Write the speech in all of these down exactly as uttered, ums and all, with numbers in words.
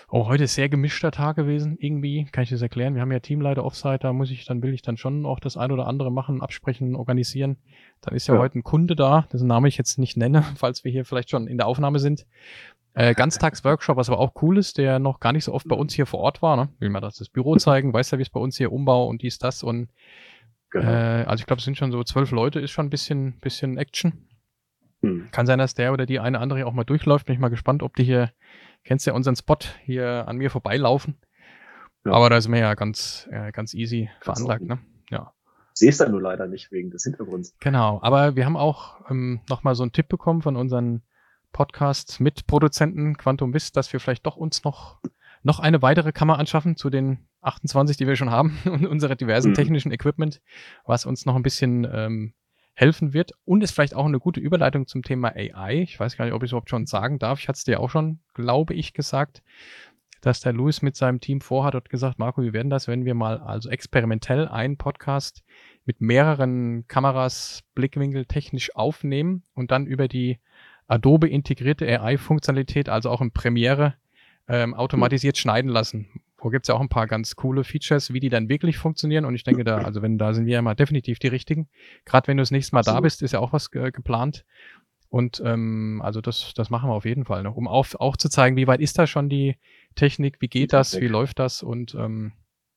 Oh, heute ist sehr gemischter Tag gewesen, irgendwie. Kann ich das erklären? Wir haben ja Teamleiter Offsite, da muss ich, dann will ich dann schon auch das ein oder andere machen, absprechen, organisieren. Dann ist ja Ja. heute ein Kunde da, dessen Name ich jetzt nicht nenne, falls wir hier vielleicht schon in der Aufnahme sind. Äh, Ganztagsworkshop, was aber auch cool ist, der noch gar nicht so oft bei uns hier vor Ort war. Ne? Will mir das, das Büro zeigen, weißt ja, wie es bei uns hier Umbau und dies, das und äh, Genau. also ich glaube, es sind schon so zwölf Leute, ist schon ein bisschen, bisschen Action. Hm. Kann sein, dass der oder die eine andere auch mal durchläuft. Bin ich mal gespannt, ob die hier, kennst du ja unseren Spot, hier an mir vorbeilaufen. Ja. Aber da sind wir ja ganz, äh, ganz easy Ganz veranlagt, offen. ne? Ja. Sehe es dann nur leider nicht wegen des Hintergrunds. Genau. Aber wir haben auch ähm, nochmal so einen Tipp bekommen von unseren Podcast-Mitproduzenten Quantum Vis, dass wir vielleicht doch uns noch, noch eine weitere Kamera anschaffen zu den achtundzwanzig, die wir schon haben und unsere diversen Mhm. technischen Equipment, was uns noch ein bisschen ähm, helfen wird und ist vielleicht auch eine gute Überleitung zum Thema A I. Ich weiß gar nicht, ob ich es überhaupt schon sagen darf. Ich hatte es dir auch schon, glaube ich, gesagt, dass der Louis mit seinem Team vorhat und gesagt, Marco, wie werden das, wenn wir mal also experimentell einen Podcast mit mehreren Kameras Blickwinkel technisch aufnehmen und dann über die Adobe integrierte A I-Funktionalität, also auch in Premiere, ähm, automatisiert mhm. schneiden lassen. Wo gibt es ja auch ein paar ganz coole Features, wie die dann wirklich funktionieren. Und ich denke, da, also wenn, da sind wir ja mal definitiv die Richtigen. Gerade wenn du das nächste Mal Absolut. Da bist, ist ja auch was ge- geplant. Und ähm, also das, das machen wir auf jeden Fall, ne? Um auf, auch zu zeigen, wie weit ist da schon die Technik, wie geht das, wie läuft das und ähm,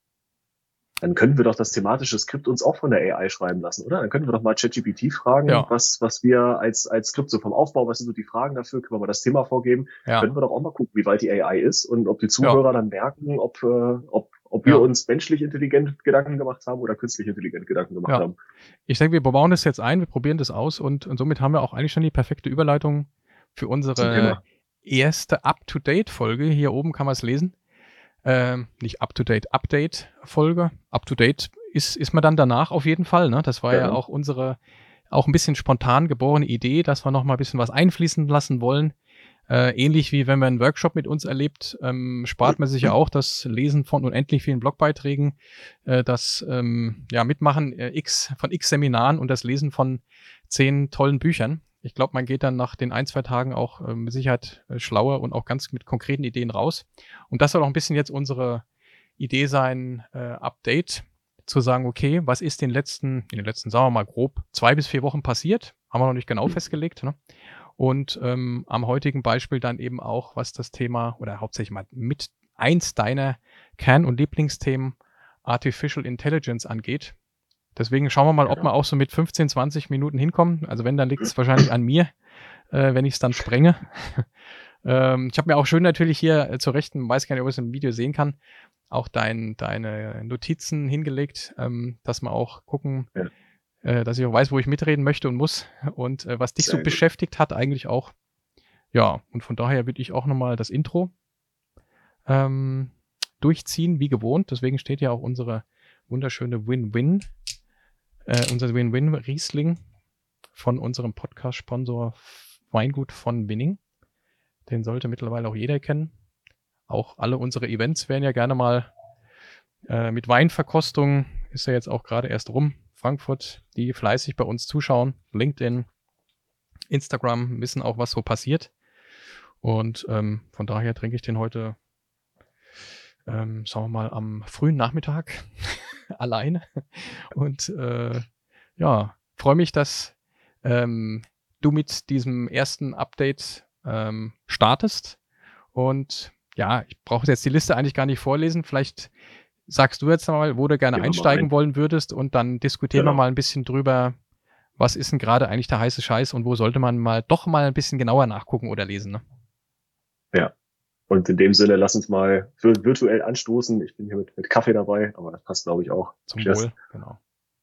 dann könnten wir doch das thematische Skript uns auch von der A I schreiben lassen, oder? Dann könnten wir doch mal ChatGPT fragen, ja. was, was wir als, als Skript so vom Aufbau, was sind so die Fragen dafür, können wir mal das Thema vorgeben, ja. Können wir doch auch mal gucken, wie weit die A I ist und ob die Zuhörer ja. dann merken, ob, äh, ob, ob wir ja. uns menschlich intelligent Gedanken gemacht haben oder künstlich intelligent Gedanken gemacht ja. haben. Ich denke, wir bauen das jetzt ein, wir probieren das aus und, und somit haben wir auch eigentlich schon die perfekte Überleitung für unsere erste Up-to-Date-Folge. Hier oben kann man es lesen. Ähm, nicht Up-to-Date, Update-Folge. Up-to-Date ist, ist man dann danach auf jeden Fall. Ne? Das war ja, ja auch unsere, auch ein bisschen spontan geborene Idee, dass wir noch mal ein bisschen was einfließen lassen wollen. Äh, ähnlich wie wenn man einen Workshop mit uns erlebt, ähm, spart man sich ja auch das Lesen von unendlich vielen Blogbeiträgen, äh, das ähm, ja, Mitmachen äh, X, von X Seminaren und das Lesen von zehn tollen Büchern. Ich glaube, man geht dann nach den ein, zwei Tagen auch äh, mit Sicherheit äh, schlauer und auch ganz mit konkreten Ideen raus. Und das soll auch ein bisschen jetzt unsere Idee sein, äh, Update, zu sagen, okay, was ist in den letzten, in den letzten, sagen wir mal grob, zwei bis vier Wochen passiert? Haben wir noch nicht genau festgelegt, ne? Und ähm, am heutigen Beispiel dann eben auch, was das Thema oder hauptsächlich mal mit eins deiner Kern- und Lieblingsthemen Artificial Intelligence angeht. Deswegen schauen wir mal, ob wir auch so mit fünfzehn, zwanzig Minuten hinkommen. Also wenn, dann liegt es wahrscheinlich an mir, äh, wenn ich es dann sprenge. ähm, ich habe mir auch schön natürlich hier äh, zur Rechten, weiß gar nicht, ob ich es im Video sehen kann, auch dein, deine Notizen hingelegt, ähm, dass wir auch gucken, ja. äh, dass ich auch weiß, wo ich mitreden möchte und muss und äh, was dich Sehr so gut. beschäftigt hat eigentlich auch. Ja, und von daher würde ich auch nochmal das Intro ähm, durchziehen, wie gewohnt. Deswegen steht ja auch unsere wunderschöne Win-Win Äh, unser Win-Win-Riesling von unserem Podcast-Sponsor Weingut von Winning. Den sollte mittlerweile auch jeder kennen. Auch alle unsere Events werden ja gerne mal äh, mit Weinverkostung, ist ja jetzt auch gerade erst rum. Frankfurt, die fleißig bei uns zuschauen. LinkedIn, Instagram wissen auch, was so passiert. Und ähm, von daher trinke ich den heute, ähm, sagen wir mal, am frühen Nachmittag alleine. Und äh, ja, freue mich, dass ähm, du mit diesem ersten Update ähm, startest. Und ja, ich brauche jetzt die Liste eigentlich gar nicht vorlesen. Vielleicht sagst du jetzt mal, wo du gerne Gehen einsteigen ein. wollen würdest und dann diskutieren genau. wir mal ein bisschen drüber, was ist denn gerade eigentlich der heiße Scheiß und wo sollte man mal doch mal ein bisschen genauer nachgucken oder lesen. Ne? Ja. Und in dem Sinne, lass uns mal virtuell anstoßen. Ich bin hier mit, mit Kaffee dabei, aber das passt, glaube ich, auch. Zum Cheers. Wohl, genau.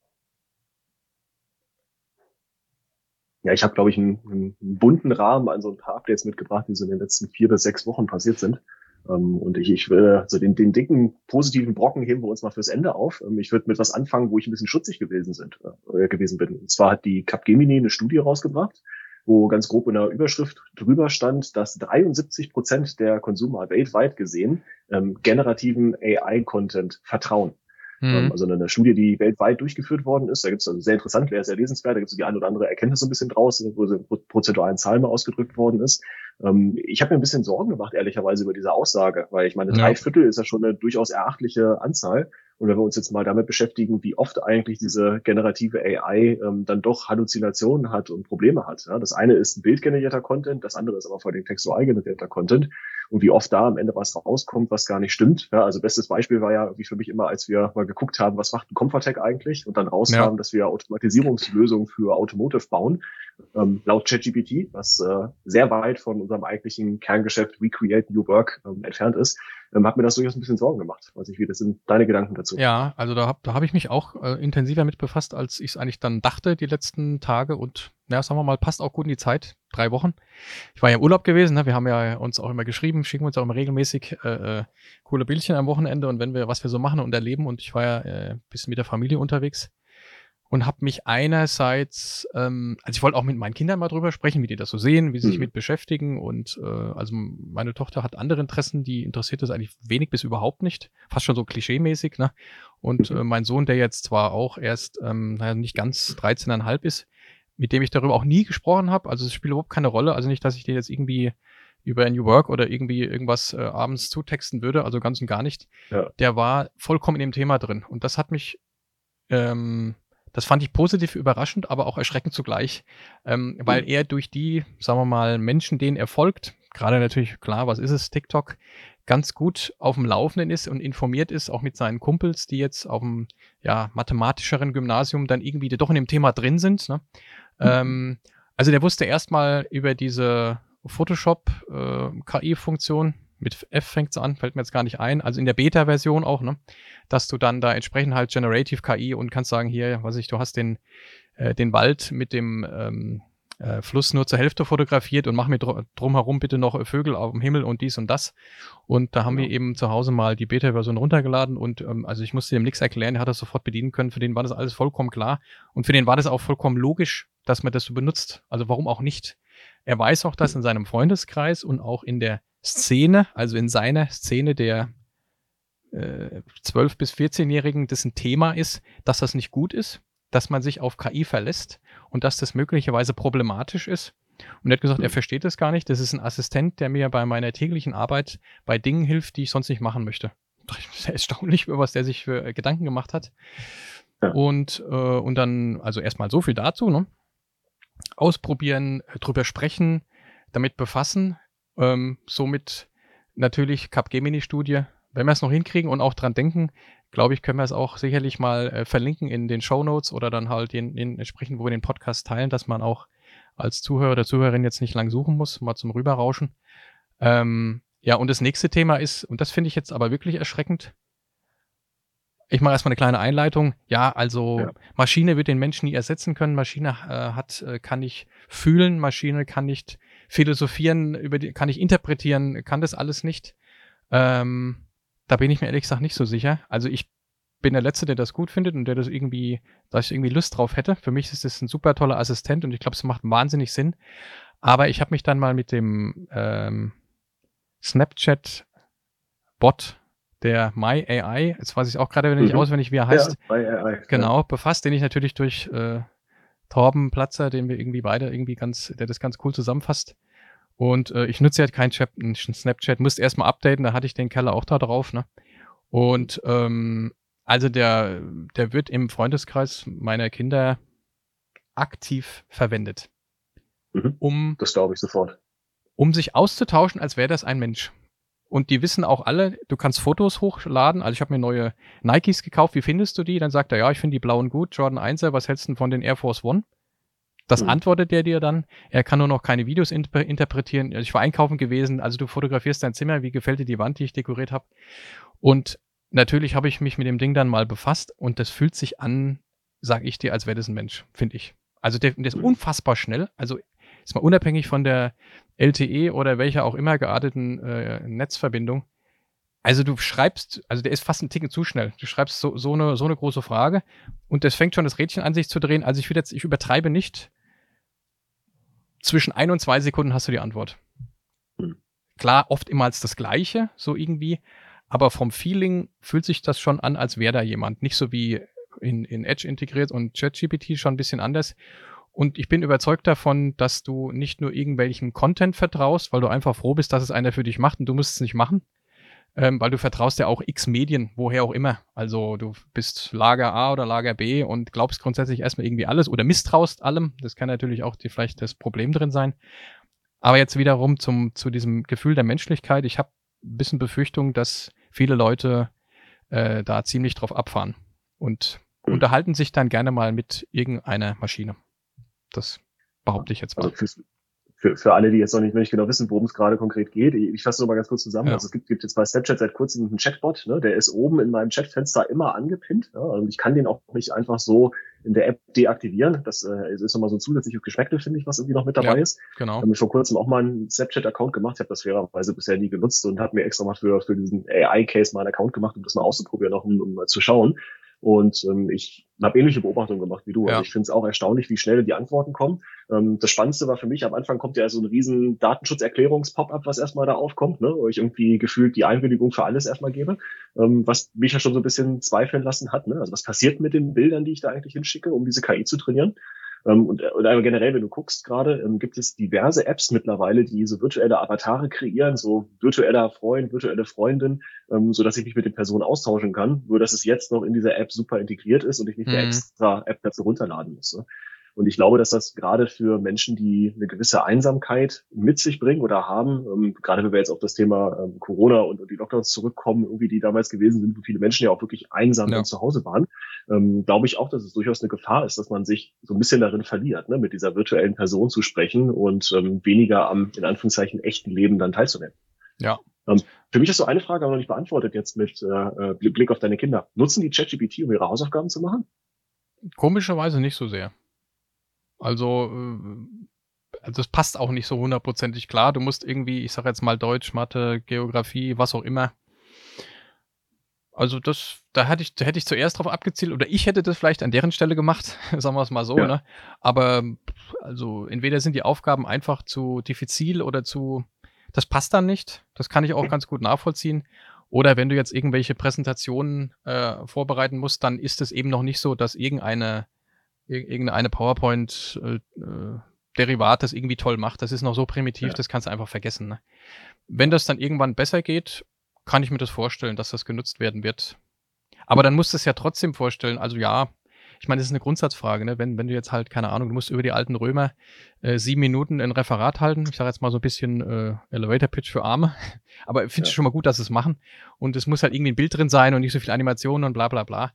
Ja, ich habe, glaube ich, einen, einen bunten Rahmen an so ein paar Updates mitgebracht, die so in den letzten vier bis sechs Wochen passiert sind. Und ich, ich will so den, den dicken, positiven Brocken heben wir uns mal fürs Ende auf. Ich würde mit was anfangen, wo ich ein bisschen schutzig gewesen, sind, äh, gewesen bin. Und zwar hat die Capgemini eine Studie rausgebracht, wo ganz grob in der Überschrift drüber stand, dass dreiundsiebzig Prozent der Consumer weltweit gesehen ähm, generativen A I-Content vertrauen. Mhm. Also eine Studie, die weltweit durchgeführt worden ist. Da gibt es also sehr interessant, wäre sehr lesenswert. Da gibt es die eine oder andere Erkenntnis so ein bisschen draus, wo so prozentualen Zahlen mal ausgedrückt worden ist. Ich habe mir ein bisschen Sorgen gemacht, ehrlicherweise, über diese Aussage, weil ich meine, drei Ja. Viertel ist ja schon eine durchaus erachtliche Anzahl. Und wenn wir uns jetzt mal damit beschäftigen, wie oft eigentlich diese generative A I ähm, dann doch Halluzinationen hat und Probleme hat. Ja? Das eine ist bildgenerierter Content, das andere ist aber vor allem textual generierter Content. Und wie oft da am Ende was rauskommt, was gar nicht stimmt. Ja, also bestes Beispiel war ja wie für mich immer, als wir mal geguckt haben, was macht ein Comfortech eigentlich und dann rauskam, Ja. dass wir Automatisierungslösungen für Automotive bauen, ähm, laut ChatGPT, was äh, sehr weit von unserem eigentlichen Kerngeschäft We Create New Work ähm, entfernt ist, ähm, hat mir das durchaus ein bisschen Sorgen gemacht. Weiß nicht, wie das sind deine Gedanken dazu? Ja, also da habe da hab ich mich auch äh, intensiver mit befasst, als ich es eigentlich dann dachte, die letzten Tage. Und ja, sagen wir mal, passt auch gut in die Zeit. Drei Wochen. Ich war ja im Urlaub gewesen, ne? Wir haben ja uns auch immer geschrieben, schicken uns auch immer regelmäßig äh, äh, coole Bildchen am Wochenende und wenn wir, was wir so machen und erleben. Und ich war ja äh, ein bisschen mit der Familie unterwegs und habe mich einerseits, ähm, also ich wollte auch mit meinen Kindern mal drüber sprechen, wie die das so sehen, wie sie sich Mhm. mit beschäftigen. Und äh, also meine Tochter hat andere Interessen, die interessiert das eigentlich wenig bis überhaupt nicht, fast schon so klischeemäßig, ne? Und äh, mein Sohn, der jetzt zwar auch erst, ähm, naja, nicht ganz dreizehn Komma fünf ist, mit dem ich darüber auch nie gesprochen habe. Also es spielt überhaupt keine Rolle. Also nicht, dass ich den jetzt irgendwie über New Work oder irgendwie irgendwas äh, abends zutexten würde, also ganz und gar nicht. Ja. Der war vollkommen in dem Thema drin. Und das hat mich, ähm, das fand ich positiv überraschend, aber auch erschreckend zugleich, ähm, weil Mhm. er durch die, sagen wir mal, Menschen, denen er folgt, gerade natürlich, klar, was ist es, TikTok, ganz gut auf dem Laufenden ist und informiert ist, auch mit seinen Kumpels, die jetzt auf dem ja, mathematischeren Gymnasium dann irgendwie doch in dem Thema drin sind. Ne? Ähm, also der wusste erstmal über diese Photoshop-K I-Funktion, mit F fängt sie an, fällt mir jetzt gar nicht ein, also in der Beta-Version auch, ne? Dass du dann da entsprechend halt Generative K I und kannst sagen, hier, was ich, du hast den, äh, den Wald mit dem ähm, äh, Fluss nur zur Hälfte fotografiert und mach mir dr drumherum bitte noch Vögel auf dem Himmel und dies und das. Und da haben Genau. wir eben zu Hause mal die Beta-Version runtergeladen und ähm, also ich musste dem nichts erklären, der hat das sofort bedienen können, für den war das alles vollkommen klar und für den war das auch vollkommen logisch, dass man das so benutzt. Also warum auch nicht? Er weiß auch, dass in seinem Freundeskreis und auch in der Szene, also in seiner Szene der äh, zwölf- bis vierzehnjährigen das ein Thema ist, dass das nicht gut ist, dass man sich auf K I verlässt und dass das möglicherweise problematisch ist. Und er hat gesagt, er Mhm. versteht das gar nicht. Das ist ein Assistent, der mir bei meiner täglichen Arbeit bei Dingen hilft, die ich sonst nicht machen möchte. Das ist erstaunlich, über was der sich für äh, Gedanken gemacht hat. Ja. Und, äh, und dann, also erstmal so viel dazu, ne? Ausprobieren, äh, drüber sprechen, damit befassen. Ähm, somit natürlich Capgemini-Studie. Wenn wir es noch hinkriegen und auch dran denken, glaube ich, können wir es auch sicherlich mal äh, verlinken in den Shownotes oder dann halt in, in entsprechend, wo wir den Podcast teilen, dass man auch als Zuhörer oder Zuhörerin jetzt nicht lang suchen muss, mal zum Rüberrauschen. Ähm, ja, und das nächste Thema ist, und das finde ich jetzt aber wirklich erschreckend, ich mache erstmal eine kleine Einleitung. Ja, also Ja. Maschine wird den Menschen nie ersetzen können. Maschine äh, hat, äh, kann nicht fühlen, Maschine kann nicht philosophieren, über die, kann nicht interpretieren, kann das alles nicht. Ähm, da bin ich mir ehrlich gesagt nicht so sicher. Also ich bin der Letzte, der das gut findet und der das irgendwie, dass ich irgendwie Lust drauf hätte. Für mich ist das ein super toller Assistent und ich glaube, es macht wahnsinnig Sinn. Aber ich habe mich dann mal mit dem ähm, Snapchat-Bot der MyAI, jetzt weiß ich auch gerade nicht Mhm. auswendig, wie er Ja, heißt, bei A I. genau, Ja. befasst, den ich natürlich durch äh, Torben Platzer, den wir irgendwie beide irgendwie ganz, der das ganz cool zusammenfasst. Und äh, ich nutze halt keinen Chat, Snapchat, musste erstmal updaten, da hatte ich den Keller auch da drauf, ne? Und ähm, also der, der wird im Freundeskreis meiner Kinder aktiv verwendet, Mhm. um, Das glaube ich sofort. um sich auszutauschen, als wäre das ein Mensch. Und die wissen auch alle, du kannst Fotos hochladen. Also ich habe mir neue Nikes gekauft. Wie findest du die? Dann sagt er, ja, ich finde die blauen gut. Jordan Einser, was hältst du denn von den Air Force One? Das Mhm. antwortet der dir dann. Er kann nur noch keine Videos inter- interpretieren. Ich war einkaufen gewesen. Also du fotografierst dein Zimmer. Wie gefällt dir die Wand, die ich dekoriert habe? Und natürlich habe ich mich mit dem Ding dann mal befasst. Und das fühlt sich an, sag ich dir, als wäre das ein Mensch, finde ich. Also der, der ist Mhm. unfassbar schnell. Also ist mal unabhängig von der L T E oder welcher auch immer gearteten äh, Netzverbindung. Also du schreibst, also der ist fast ein Ticken zu schnell. Du schreibst so, so, eine, so eine große Frage und das fängt schon das Rädchen an, sich zu drehen. Also ich will jetzt, ich übertreibe nicht. Zwischen ein und zwei Sekunden hast du die Antwort. Mhm. Klar, oft immer als das Gleiche, so irgendwie. aber vom Feeling fühlt sich das schon an, als wäre da jemand. Nicht so wie in, in Edge integriert und ChatGPT schon ein bisschen anders. Und ich bin überzeugt davon, dass du nicht nur irgendwelchen Content vertraust, weil du einfach froh bist, dass es einer für dich macht und du musst es nicht machen, ähm, weil du vertraust ja auch x Medien, woher auch immer. Also du bist Lager A oder Lager B und glaubst grundsätzlich erstmal irgendwie alles oder misstraust allem. Das kann natürlich auch die, vielleicht das Problem drin sein. Aber jetzt wiederum zum, zu diesem Gefühl der Menschlichkeit. Ich habe ein bisschen Befürchtung, dass viele Leute äh, da ziemlich drauf abfahren und mhm. unterhalten sich dann gerne mal mit irgendeiner Maschine. Das behaupte ich jetzt mal. Also für, für, für alle, die jetzt noch nicht, nicht genau wissen, worum es gerade konkret geht, ich, ich fasse nur mal ganz kurz zusammen. Ja. Also es gibt, gibt jetzt bei Snapchat seit kurzem einen Chatbot, ne? Der ist oben in meinem Chatfenster immer angepinnt. Ja? Und ich kann den auch nicht einfach so in der App deaktivieren. Das äh, ist nochmal so ein zusätzliches Geschmäckle, finde ich, was irgendwie noch mit dabei ja, ist. Genau. Ich habe vor kurzem auch mal einen Snapchat-Account gemacht. Ich habe das fairerweise bisher nie genutzt und habe mir extra mal für, für diesen A I-Case mal einen Account gemacht, um das mal auszuprobieren, auch um, um mal zu schauen. Und ähm, ich habe ähnliche Beobachtungen gemacht wie du. Ja. Also ich finde es auch erstaunlich, wie schnell die Antworten kommen. Ähm, das Spannendste war für mich, am Anfang kommt ja so ein riesen Datenschutzerklärungs-Pop-up, was erstmal da aufkommt, ne, wo ich irgendwie gefühlt die Einwilligung für alles erstmal gebe, ähm, was mich ja schon so ein bisschen zweifeln lassen hat. Ne? Also was passiert mit den Bildern, die ich da eigentlich hinschicke, um diese K I zu trainieren? Ähm, und, und generell, wenn du guckst gerade, ähm, gibt es diverse Apps mittlerweile, die so virtuelle Avatare kreieren, so virtueller Freund, virtuelle Freundin, ähm, so dass ich mich mit den Personen austauschen kann, nur dass es jetzt noch in dieser App super integriert ist und ich nicht mhm. eine extra App dazu runterladen muss. Ne? Und ich glaube, dass das gerade für Menschen, die eine gewisse Einsamkeit mit sich bringen oder haben, ähm, gerade wenn wir jetzt auf das Thema ähm, Corona und, und die Lockdowns zurückkommen, irgendwie die damals gewesen sind, wo viele Menschen ja auch wirklich einsam ja. zu Hause waren, ähm, glaube ich auch, dass es durchaus eine Gefahr ist, dass man sich so ein bisschen darin verliert, ne, mit dieser virtuellen Person zu sprechen und ähm, weniger am, in Anführungszeichen, echten Leben dann teilzunehmen. Ja. Ähm, für mich ist so eine Frage aber noch nicht beantwortet jetzt mit äh, Blick auf deine Kinder. Nutzen die ChatGPT, um ihre Hausaufgaben zu machen? Komischerweise nicht so sehr. Also, äh, also es passt auch nicht so hundertprozentig klar. Du musst irgendwie, ich sage jetzt mal Deutsch, Mathe, Geografie, was auch immer. Also das, da hätte ich, da hätte ich zuerst drauf abgezielt oder ich hätte das vielleicht an deren Stelle gemacht, sagen wir es mal so, ja. ne? Aber also entweder sind die Aufgaben einfach zu diffizil oder zu, das passt dann nicht. Das kann ich auch ganz gut nachvollziehen. Oder wenn du jetzt irgendwelche Präsentationen äh, vorbereiten musst, dann ist es eben noch nicht so, dass irgendeine irgendeine PowerPoint-Derivat äh, das irgendwie toll macht. Das ist noch so primitiv, ja. das kannst du einfach vergessen. Ne? Wenn das dann irgendwann besser geht, kann ich mir das vorstellen, dass das genutzt werden wird. Aber dann musst du es ja trotzdem vorstellen, also ja, ich meine, das ist eine Grundsatzfrage, ne? Wenn, wenn du jetzt halt, keine Ahnung, du musst über die alten Römer äh, sieben Minuten ein Referat halten, ich sage jetzt mal so ein bisschen äh, Elevator-Pitch für Arme, aber ich finde es ja. schon mal gut, dass sie es machen und es muss halt irgendwie ein Bild drin sein und nicht so viel Animationen und bla bla bla.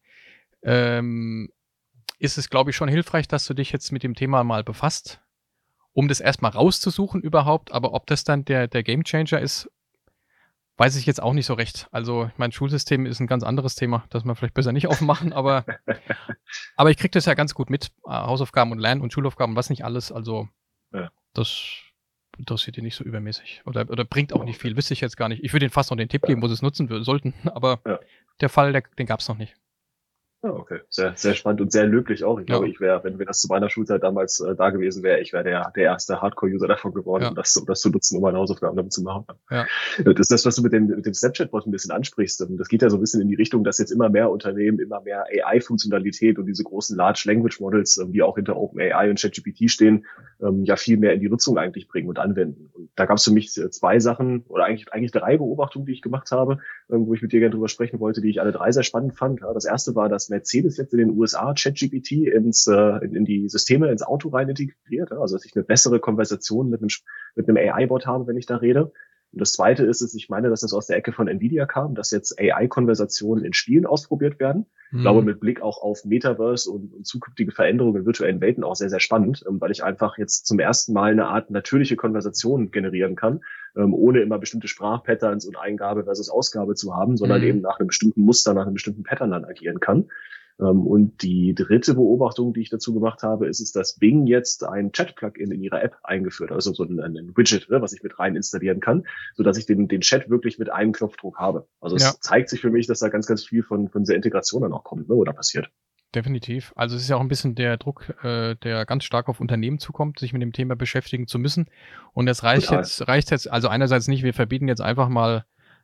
Ähm, ist es, glaube ich, schon hilfreich, dass du dich jetzt mit dem Thema mal befasst, um das erstmal rauszusuchen überhaupt, aber ob das dann der, der Gamechanger ist, weiß ich jetzt auch nicht so recht. Also, ich meine, Schulsystem ist ein ganz anderes Thema, das wir vielleicht besser nicht aufmachen, aber, aber ich kriege das ja ganz gut mit, Hausaufgaben und Lernen und Schulaufgaben, was nicht alles, also ja. das interessiert dich nicht so übermäßig oder, oder bringt auch nicht viel, wüsste ich jetzt gar nicht. Ich würde Ihnen fast noch den Tipp geben, wo sie es nutzen sollten, aber ja. der Fall, der, den gab es noch nicht. Ja, okay. Sehr, sehr spannend und sehr löblich auch. Ich ja. glaube, ich wäre, wenn wir das zu meiner Schulzeit damals äh, da gewesen wäre, ich wäre der, der erste Hardcore-User davon geworden, ja. um, das, um das zu nutzen, um meine Hausaufgaben damit zu machen. Ja. Das ist das, was du mit dem, mit dem Snapchat-Bot ein bisschen ansprichst. Das geht ja so ein bisschen in die Richtung, dass jetzt immer mehr Unternehmen immer mehr A I-Funktionalität und diese großen Large Language Models, die auch hinter OpenAI und ChatGPT stehen, ja viel mehr in die Nutzung eigentlich bringen und anwenden. Und da gab es für mich zwei Sachen oder eigentlich, eigentlich drei Beobachtungen, die ich gemacht habe, wo ich mit dir gerne drüber sprechen wollte, die ich alle drei sehr spannend fand. Das erste war, dass Mercedes jetzt in den U S A ChatGPT ins äh, in, in die Systeme, ins Auto rein integriert, also dass ich eine bessere Konversation mit einem mit einem A I-Bot habe, wenn ich da rede. Und das zweite ist, dass ich meine, dass das aus der Ecke von Nvidia kam, dass jetzt A I-Konversationen in Spielen ausprobiert werden. Mhm. Ich glaube, mit Blick auch auf Metaverse und, und zukünftige Veränderungen in virtuellen Welten auch sehr, sehr spannend, ähm, weil ich einfach jetzt zum ersten Mal eine Art natürliche Konversation generieren kann, ähm, ohne immer bestimmte Sprachpatterns und Eingabe versus Ausgabe zu haben, sondern mhm. eben nach einem bestimmten Muster, nach einem bestimmten Pattern dann agieren kann. Und die dritte Beobachtung, die ich dazu gemacht habe, ist, ist dass Bing jetzt ein Chat-Plugin in ihrer App eingeführt hat, also so ein, ein Widget, was ich mit rein installieren kann, so dass ich den, den Chat wirklich mit einem Knopfdruck habe. Also ja. es zeigt sich für mich, dass da ganz, ganz viel von, von dieser Integration dann auch kommt, ne, oder passiert. Definitiv. Also es ist ja auch ein bisschen der Druck, äh, der ganz stark auf Unternehmen zukommt, sich mit dem Thema beschäftigen zu müssen. Und es reicht Total. jetzt, reicht jetzt, also einerseits nicht, wir verbieten jetzt einfach mal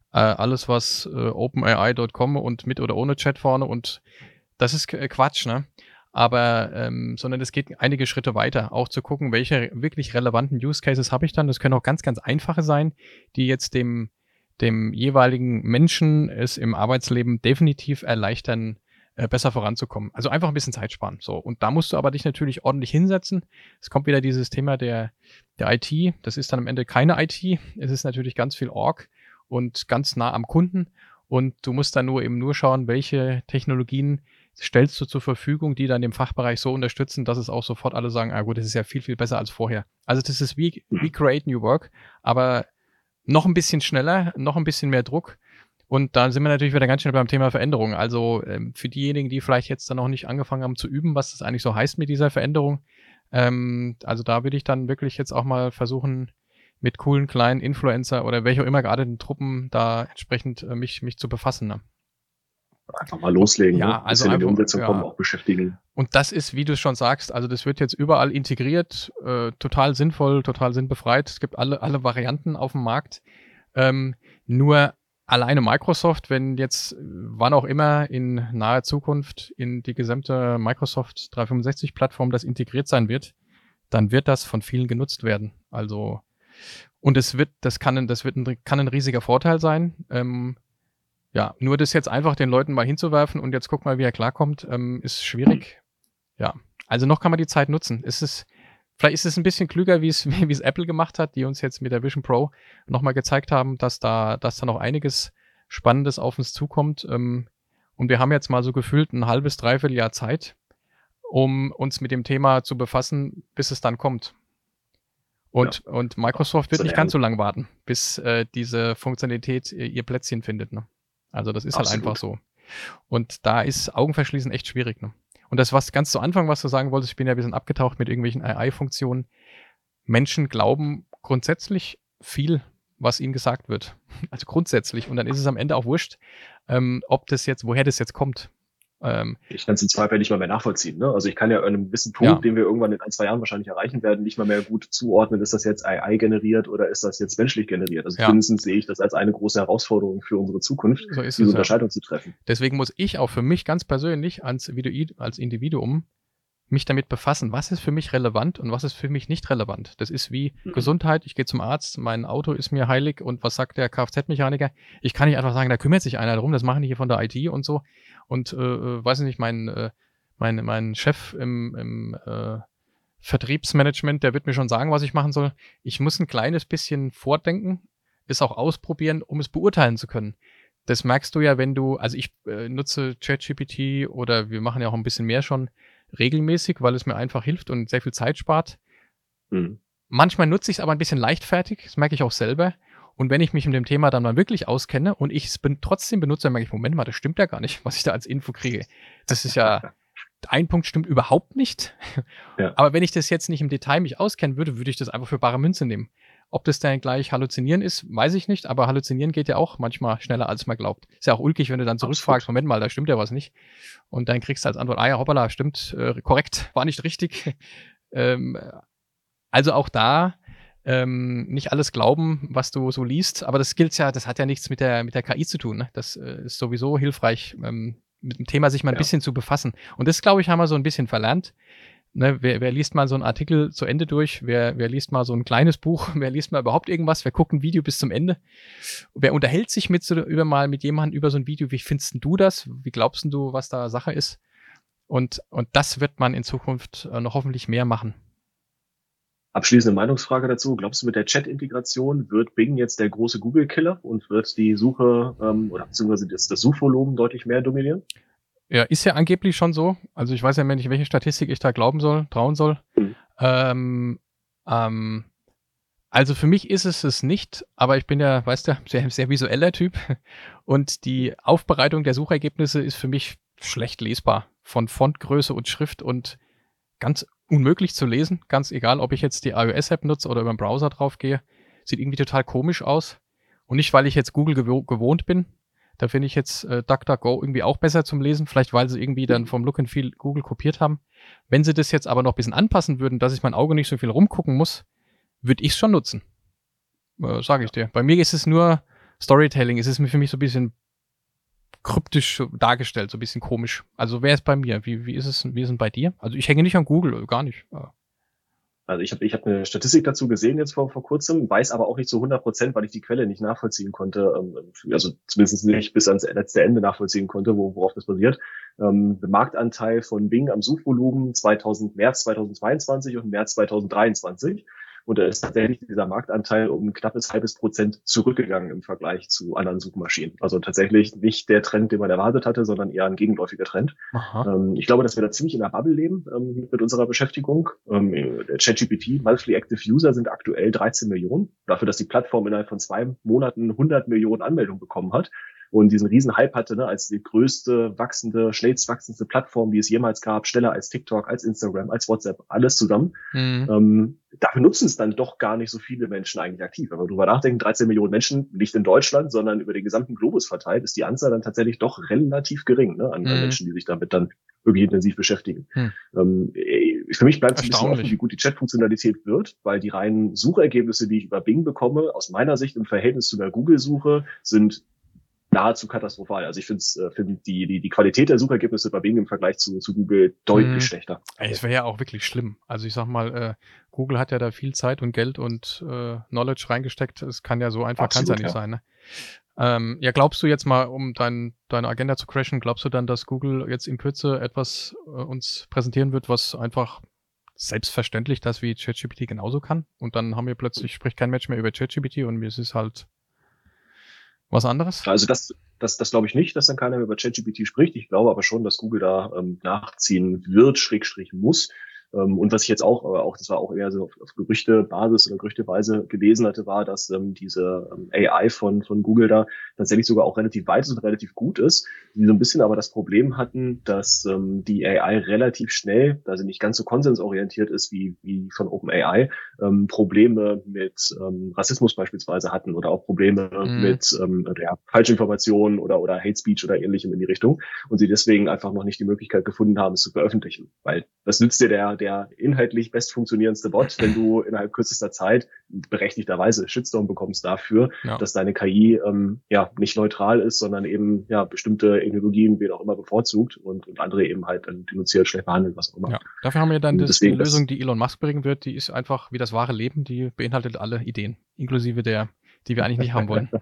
Äh, alles, was äh, OpenAI Punkt com und mit oder ohne Chat vorne und das ist Quatsch, ne? Aber, ähm, sondern es geht einige Schritte weiter, auch zu gucken, welche wirklich relevanten Use Cases habe ich dann. Das können auch ganz, ganz einfache sein, die jetzt dem dem jeweiligen Menschen es im Arbeitsleben definitiv erleichtern, äh, besser voranzukommen. Also einfach ein bisschen Zeit sparen, so. Und da musst du aber dich natürlich ordentlich hinsetzen. Es kommt wieder dieses Thema der der I T. Das ist dann am Ende keine I T. Es ist natürlich ganz viel Org und ganz nah am Kunden. Und du musst dann nur eben nur schauen, welche Technologien stellst du zur Verfügung, die dann den Fachbereich so unterstützen, dass es auch sofort alle sagen, ah gut, das ist ja viel, viel besser als vorher. Also das ist wie, wie Create New Work, aber noch ein bisschen schneller, noch ein bisschen mehr Druck. Und da sind wir natürlich wieder ganz schnell beim Thema Veränderung. Also ähm, für diejenigen, die vielleicht jetzt dann noch nicht angefangen haben zu üben, was das eigentlich so heißt mit dieser Veränderung, ähm, also da würde ich dann wirklich jetzt auch mal versuchen, mit coolen kleinen Influencer oder welcher immer gerade den Truppen da entsprechend äh, mich, mich zu befassen. Ne? Einfach mal loslegen, ja, ne? also in einfach, die Umsetzung ja. kommen, auch beschäftigen. Und das ist, wie du schon sagst, also das wird jetzt überall integriert, äh, total sinnvoll, total sinnbefreit. Es gibt alle, alle Varianten auf dem Markt. Ähm, nur alleine Microsoft, wenn jetzt, wann auch immer in naher Zukunft in die gesamte Microsoft dreihundertfünfundsechzig-Plattform das integriert sein wird, dann wird das von vielen genutzt werden. Also, und es wird, das kann, ein- das wird ein, kann ein riesiger Vorteil sein. Ähm, ja, nur das jetzt einfach den Leuten mal hinzuwerfen und jetzt guck mal, wie er klarkommt, ähm, ist schwierig. Ja, also noch kann man die Zeit nutzen. Es ist, vielleicht ist es ein bisschen klüger, wie es, wie es Apple gemacht hat, die uns jetzt mit der Vision Pro nochmal gezeigt haben, dass da, dass da noch einiges Spannendes auf uns zukommt. Ähm, und wir haben jetzt mal so gefühlt ein halbes, dreiviertel Jahr Zeit, um uns mit dem Thema zu befassen, bis es dann kommt. Und, Ja. und Microsoft wird So nicht lernen. ganz so lang warten, bis äh, diese Funktionalität ihr, ihr Plätzchen findet. Ne? Also das ist halt Absolut. einfach so. Und da ist Augenverschließen echt schwierig. Ne? Und das, was ganz zu Anfang, was du sagen wolltest, ich bin ja ein bisschen abgetaucht mit irgendwelchen A I-Funktionen. Menschen glauben grundsätzlich viel, was ihnen gesagt wird. Also grundsätzlich. Und dann ist es am Ende auch wurscht, ähm, ob das jetzt, woher das jetzt kommt. Ähm, Ich kann es im Zweifel nicht mal mehr nachvollziehen. Ne? Also ich kann ja an einem gewissen Punkt, Ja. den wir irgendwann in ein, zwei Jahren wahrscheinlich erreichen werden, nicht mal mehr gut zuordnen, ist das jetzt A I generiert oder ist das jetzt menschlich generiert. Also Ja. zumindest sehe ich das als eine große Herausforderung für unsere Zukunft, so ist diese es ja. Unterscheidung zu treffen. Deswegen muss ich auch für mich ganz persönlich als, Individu- als Individuum mich damit befassen, was ist für mich relevant und was ist für mich nicht relevant. Das ist wie Mhm. Gesundheit, ich gehe zum Arzt, mein Auto ist mir heilig und was sagt der Kfz-Mechaniker? Ich kann nicht einfach sagen, da kümmert sich einer darum, das machen die hier von der I T und so. Und, äh, äh, weiß ich nicht, mein, äh, mein, mein Chef im, im äh, Vertriebsmanagement, der wird mir schon sagen, was ich machen soll. Ich muss ein kleines bisschen vordenken, es auch ausprobieren, um es beurteilen zu können. Das merkst du ja, wenn du, also ich äh, nutze ChatGPT oder wir machen ja auch ein bisschen mehr schon regelmäßig, weil es mir einfach hilft und sehr viel Zeit spart. Mhm. Manchmal nutze ich es aber ein bisschen leichtfertig, das merke ich auch selber. Und wenn ich mich mit dem Thema dann mal wirklich auskenne und ich es ben- trotzdem benutze, dann merke ich, Moment mal, das stimmt ja gar nicht, was ich da als Info kriege. Das ist ja, ein Punkt stimmt überhaupt nicht. Ja. Aber wenn ich das jetzt nicht im Detail mich auskennen würde, würde ich das einfach für bare Münze nehmen. Ob das dann gleich Halluzinieren ist, weiß ich nicht, aber Halluzinieren geht ja auch manchmal schneller, als man glaubt. Ist ja auch ulkig, wenn du dann zurückfragst, Moment mal, da stimmt ja was nicht. Und dann kriegst du als Antwort, ah ja, hoppala, stimmt, äh, korrekt, war nicht richtig. ähm, also auch da ähm, nicht alles glauben, was du so liest, aber das gilt ja, das hat ja nichts mit der, mit der K I zu tun. Ne? Das äh, ist sowieso hilfreich, ähm, mit dem Thema sich mal ein Ja. bisschen zu befassen. Und das, glaube ich, haben wir so ein bisschen verlernt. Ne, wer, wer liest mal so einen Artikel zu Ende durch? Wer, wer liest mal so ein kleines Buch? Wer liest mal überhaupt irgendwas? Wer guckt ein Video bis zum Ende? Wer unterhält sich mit so, über mal mit jemandem über so ein Video? Wie findest denn du das? Wie glaubst denn du, was da Sache ist? Und, und das wird man in Zukunft äh, noch hoffentlich mehr machen. Abschließende Meinungsfrage dazu. Glaubst du, mit der Chat-Integration wird Bing jetzt der große Google-Killer und wird die Suche ähm, oder beziehungsweise das, das Suchvolumen deutlich mehr dominieren? Ja, ist ja angeblich schon so. Also ich weiß ja nicht, welche Statistik ich da glauben soll, trauen soll. Mhm. Ähm, ähm, also für mich ist es es nicht, aber ich bin ja, weißt du, sehr, sehr visueller Typ und die Aufbereitung der Suchergebnisse ist für mich schlecht lesbar. Von Fontgröße und Schrift und ganz unmöglich zu lesen. Ganz egal, ob ich jetzt die iOS-App nutze oder über den Browser drauf gehe. Sieht irgendwie total komisch aus. Und nicht, weil ich jetzt Google gewo- gewohnt bin. Da finde ich jetzt äh, DuckDuckGo irgendwie auch besser zum Lesen. Vielleicht, weil sie irgendwie dann vom Look and Feel Google kopiert haben. Wenn sie das jetzt aber noch ein bisschen anpassen würden, dass ich mein Auge nicht so viel rumgucken muss, würde ich es schon nutzen. Äh, Sage ich dir. Bei mir ist es nur Storytelling ist es für mich so ein bisschen kryptisch dargestellt, so ein bisschen komisch. Also wer ist bei mir? Wie, wie ist es, wie ist es bei dir? Also ich hänge nicht an Google, gar nicht. Also ich habe ich hab eine Statistik dazu gesehen jetzt vor, vor kurzem, weiß aber auch nicht zu hundert Prozent, weil ich die Quelle nicht nachvollziehen konnte, also zumindest nicht bis ans letzte Ende nachvollziehen konnte, worauf das basiert. Ähm, der Marktanteil von Bing am Suchvolumen zweitausend, März zweitausendzweiundzwanzig und März zweitausenddreiundzwanzig. Und da ist tatsächlich dieser Marktanteil um ein knappes halbes Prozent zurückgegangen im Vergleich zu anderen Suchmaschinen. Also tatsächlich nicht der Trend, den man erwartet hatte, sondern eher ein gegenläufiger Trend. Ähm, ich glaube, dass wir da ziemlich in der Bubble leben ähm, mit unserer Beschäftigung. Ähm, der ChatGPT, Monthly Active User sind aktuell dreizehn Millionen. Dafür, dass die Plattform innerhalb von zwei Monaten hundert Millionen Anmeldungen bekommen hat und diesen riesen Hype hatte, ne, als die größte, wachsende, schnellst wachsendste Plattform, die es jemals gab, schneller als TikTok, als Instagram, als WhatsApp, alles zusammen. Mhm. Ähm, dafür nutzen es dann doch gar nicht so viele Menschen eigentlich aktiv. Wenn wir drüber nachdenken, dreizehn Millionen Menschen, nicht in Deutschland, sondern über den gesamten Globus verteilt, ist die Anzahl dann tatsächlich doch relativ gering, ne, an, mhm. an Menschen, die sich damit dann wirklich intensiv beschäftigen. Mhm. Ähm, für mich bleibt es ein bisschen offen, wie gut die Chat-Funktionalität wird, weil die reinen Suchergebnisse, die ich über Bing bekomme, aus meiner Sicht im Verhältnis zu der Google-Suche, sind nahezu katastrophal. Also ich finde äh, find die, die, die Qualität der Suchergebnisse bei Bing im Vergleich zu, zu Google deutlich hm. schlechter. Es wäre ja auch wirklich schlimm. Also ich sag mal, äh, Google hat ja da viel Zeit und Geld und äh, Knowledge reingesteckt. Es kann ja so einfach, kann es ja nicht ja. sein. Ne? Ähm, ja, glaubst du jetzt mal, um dein, deine Agenda zu crashen, glaubst du dann, dass Google jetzt in Kürze etwas äh, uns präsentieren wird, was einfach selbstverständlich das wie ChatGPT genauso kann? Und dann haben wir plötzlich, spricht kein Mensch mehr über ChatGPT und mir ist es halt was anderes? Also das, das, das glaube ich nicht, dass dann keiner mehr über ChatGPT spricht. Ich glaube aber schon, dass Google da ähm, nachziehen wird, Schrägstrich muss. Ähm, und was ich jetzt auch, aber auch, das war auch eher so auf, auf Gerüchtebasis oder Gerüchteweise gelesen hatte, war, dass ähm, diese ähm, A I von, von Google da tatsächlich sogar auch relativ weit ist und relativ gut ist. Die so ein bisschen aber das Problem hatten, dass ähm, die A I relativ schnell, da sie nicht ganz so konsensorientiert ist wie, wie von OpenAI, ähm, Probleme mit ähm, Rassismus beispielsweise hatten oder auch Probleme mhm. mit ähm, ja, Falschinformationen oder, oder Hate Speech oder ähnlichem in die Richtung. Und sie deswegen einfach noch nicht die Möglichkeit gefunden haben, es zu veröffentlichen. Weil das nützt dir der der inhaltlich best funktionierendste Bot, wenn du innerhalb kürzester Zeit berechtigterweise Shitstorm bekommst dafür, ja. dass deine K I ähm, ja nicht neutral ist, sondern eben ja bestimmte Ideologien wen auch immer bevorzugt und, und andere eben halt dann denunziert, schlecht behandelt, was auch immer. Ja. Dafür haben wir dann das, die Lösung, die Elon Musk bringen wird, die ist einfach wie das wahre Leben, die beinhaltet alle Ideen, inklusive der, die wir eigentlich nicht haben wollen.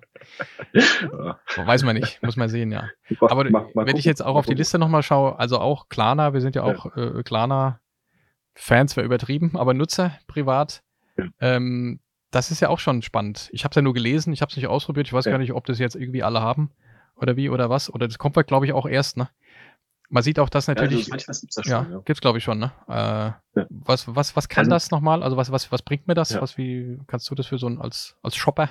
Weiß man nicht, muss man sehen, ja. Aber mach, mach, wenn ich jetzt auch auf die Liste nochmal schaue, also auch Klarna, wir sind ja auch ja. Äh, Klarna Fans wäre übertrieben, aber Nutzer privat, ja. ähm, das ist ja auch schon spannend. Ich habe es ja nur gelesen, ich habe es nicht ausprobiert, ich weiß ja. gar nicht, ob das jetzt irgendwie alle haben oder wie oder was. Oder das kommt halt, glaube ich, auch erst, ne? Man sieht auch das natürlich. Ja, also das gibt's da schon, ja, ja. Gibt's, glaube ich, schon, ne? Äh, ja. Was, was, was kann also, das nochmal? Also was, was, was bringt mir das? Ja. Was, wie kannst du das für so ein als, als Shopper?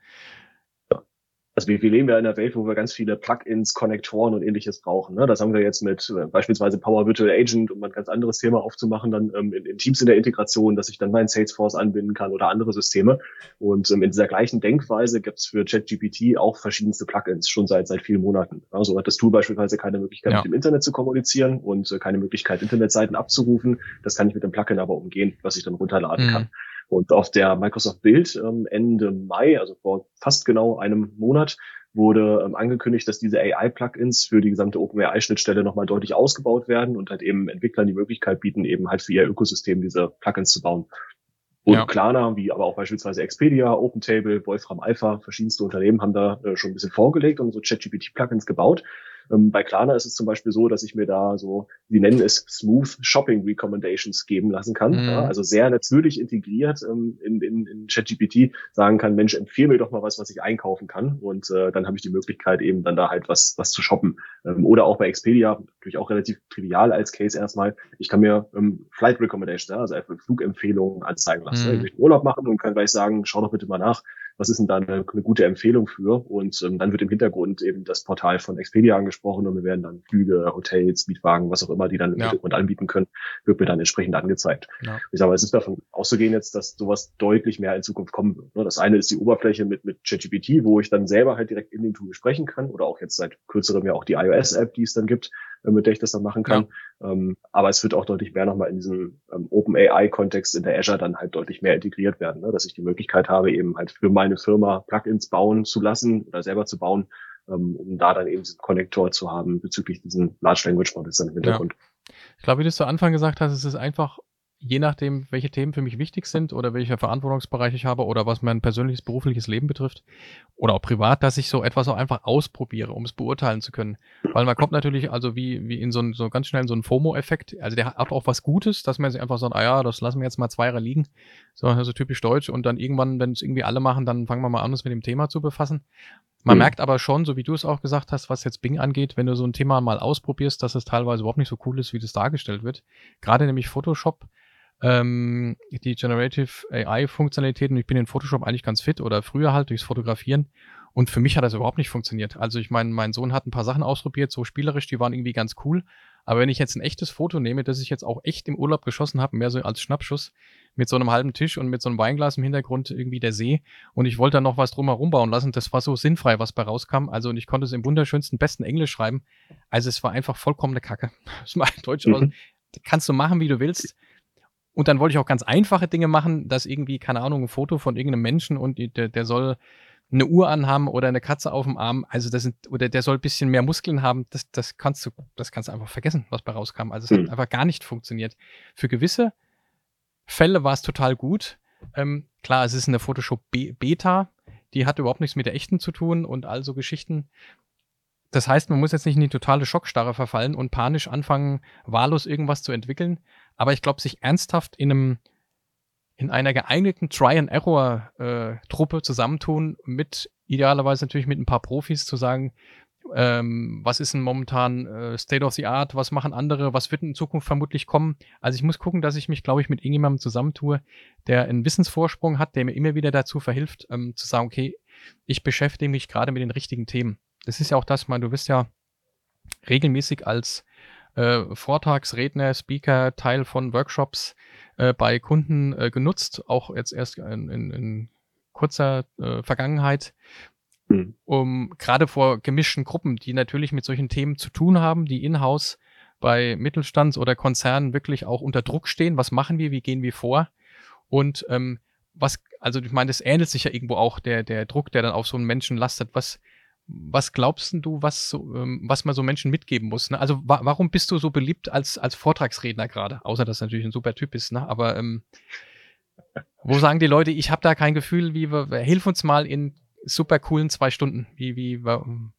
Also wir, wir leben ja in einer Welt, wo wir ganz viele Plugins, Konnektoren und ähnliches brauchen. Ne? Das haben wir jetzt mit äh, beispielsweise Power Virtual Agent, um ein ganz anderes Thema aufzumachen, dann ähm, in, in Teams in der Integration, dass ich dann mein Salesforce anbinden kann oder andere Systeme. Und ähm, in dieser gleichen Denkweise gibt es für ChatGPT auch verschiedenste Plugins, schon seit seit vielen Monaten. Also hat das Tool beispielsweise keine Möglichkeit, ja. mit dem Internet zu kommunizieren und äh, keine Möglichkeit, Internetseiten abzurufen. Das kann ich mit dem Plugin aber umgehen, was ich dann runterladen mhm. kann. Und auf der Microsoft Build ähm, Ende Mai, also vor fast genau einem Monat, wurde ähm, angekündigt, dass diese A I-Plugins für die gesamte OpenAI-Schnittstelle nochmal deutlich ausgebaut werden und halt eben Entwicklern die Möglichkeit bieten, eben halt für ihr Ökosystem diese Plugins zu bauen. Und ja. Klarna, wie aber auch beispielsweise Expedia, OpenTable, Wolfram Alpha, verschiedenste Unternehmen haben da äh, schon ein bisschen vorgelegt und so ChatGPT-Plugins gebaut. Ähm, bei Klarna ist es zum Beispiel so, dass ich mir da so, sie nennen es Smooth Shopping Recommendations geben lassen kann. Mhm. Ja, also sehr natürlich integriert ähm, in, in, in ChatGPT sagen kann, Mensch, empfehle mir doch mal was, was ich einkaufen kann. Und äh, dann habe ich die Möglichkeit, eben dann da halt was was zu shoppen. Ähm, oder auch bei Expedia, natürlich auch relativ trivial als Case erstmal, ich kann mir ähm, Flight Recommendations, ja, also einfach Flugempfehlungen anzeigen lassen. Mhm. Ich möchte Urlaub machen und kann gleich sagen, schau doch bitte mal nach, was ist denn da eine, eine gute Empfehlung für? Und ähm, dann wird im Hintergrund eben das Portal von Expedia angesprochen und wir werden dann Flüge, Hotels, Mietwagen, was auch immer, die dann im ja. Hintergrund anbieten können, wird mir dann entsprechend angezeigt. Ja. Ich sage mal, es ist davon auszugehen jetzt, dass sowas deutlich mehr in Zukunft kommen wird. Das eine ist die Oberfläche mit mit ChatGPT, wo ich dann selber halt direkt in dem Tool sprechen kann oder auch jetzt seit kürzerem ja auch die iOS-App, die es dann gibt, äh, mit der ich das dann machen kann. Ja. Ähm, aber es wird auch deutlich mehr nochmal in diesem ähm, OpenAI-Kontext in der Azure dann halt deutlich mehr integriert werden, ne? Dass ich die Möglichkeit habe, eben halt für meine Firma Plugins bauen zu lassen oder selber zu bauen, ähm, um da dann eben diesen Konnektor zu haben bezüglich diesen Large Language Models dann im Hintergrund. Ja. Ich glaube, wie du es zu Anfang gesagt hast, es ist einfach, je nachdem, welche Themen für mich wichtig sind oder welcher Verantwortungsbereich ich habe oder was mein persönliches, berufliches Leben betrifft oder auch privat, dass ich so etwas auch einfach ausprobiere, um es beurteilen zu können. Weil man kommt natürlich also wie, wie in so, ein, so ganz schnell in so einen FOMO-Effekt. Also der hat auch was Gutes, dass man sich einfach sagt, ah ja, das lassen wir jetzt mal zwei Jahre liegen. So also typisch deutsch. Und dann irgendwann, wenn es irgendwie alle machen, dann fangen wir mal an, uns mit dem Thema zu befassen. Man mhm. merkt aber schon, so wie du es auch gesagt hast, was jetzt Bing angeht, wenn du so ein Thema mal ausprobierst, dass es teilweise überhaupt nicht so cool ist, wie das dargestellt wird. Gerade nämlich Photoshop. Ähm, die Generative A I-Funktionalitäten, ich bin in Photoshop eigentlich ganz fit oder früher halt durchs Fotografieren und für mich hat das überhaupt nicht funktioniert. Also ich meine, mein Sohn hat ein paar Sachen ausprobiert, so spielerisch, die waren irgendwie ganz cool, aber wenn ich jetzt ein echtes Foto nehme, das ich jetzt auch echt im Urlaub geschossen habe, mehr so als Schnappschuss, mit so einem halben Tisch und mit so einem Weinglas im Hintergrund irgendwie der See und ich wollte dann noch was drumherum bauen lassen, das war so sinnfrei, was bei rauskam, also und ich konnte es im wunderschönsten, besten Englisch schreiben, also es war einfach vollkommene Kacke. Das ist mal in Deutsch aus, kannst du machen, wie du willst. Und dann wollte ich auch ganz einfache Dinge machen, dass irgendwie, keine Ahnung, ein Foto von irgendeinem Menschen und der, der soll eine Uhr anhaben oder eine Katze auf dem Arm, also das sind, oder der soll ein bisschen mehr Muskeln haben, das, das kannst du, das kannst du einfach vergessen, was bei rauskam. Also es hat mhm. einfach gar nicht funktioniert. Für gewisse Fälle war es total gut. Ähm, klar, es ist eine Photoshop Be- Beta, die hat überhaupt nichts mit der echten zu tun und all so Geschichten. Das heißt, man muss jetzt nicht in die totale Schockstarre verfallen und panisch anfangen, wahllos irgendwas zu entwickeln. Aber ich glaube, sich ernsthaft in einem in einer geeigneten Try-and-Error-Truppe zusammentun, mit idealerweise natürlich mit ein paar Profis zu sagen, ähm, was ist denn momentan äh, State of the Art, was machen andere, was wird in Zukunft vermutlich kommen. Also ich muss gucken, dass ich mich, glaube ich, mit irgendjemandem zusammentue, der einen Wissensvorsprung hat, der mir immer wieder dazu verhilft, ähm, zu sagen, okay, ich beschäftige mich gerade mit den richtigen Themen. Das ist ja auch das, ich meine, du wirst ja regelmäßig als Äh, Vortragsredner, Speaker, Teil von Workshops äh, bei Kunden äh, genutzt, auch jetzt erst in, in, in kurzer äh, Vergangenheit, mhm. um gerade vor gemischten Gruppen, die natürlich mit solchen Themen zu tun haben, die in-house bei Mittelstands- oder Konzernen wirklich auch unter Druck stehen. Was machen wir? Wie gehen wir vor? Und ähm, was, also ich meine, das ähnelt sich ja irgendwo auch der, der Druck, der dann auf so einen Menschen lastet. Was Was glaubst du, was, so, ähm, was man so Menschen mitgeben muss? Ne? Also wa- warum bist du so beliebt als, als Vortragsredner gerade? Außer, dass du natürlich ein super Typ bist. Ne? Aber ähm, wo sagen die Leute, ich habe da kein Gefühl, wie wir, hilf uns mal in super coolen zwei Stunden. Wie, wie, warum?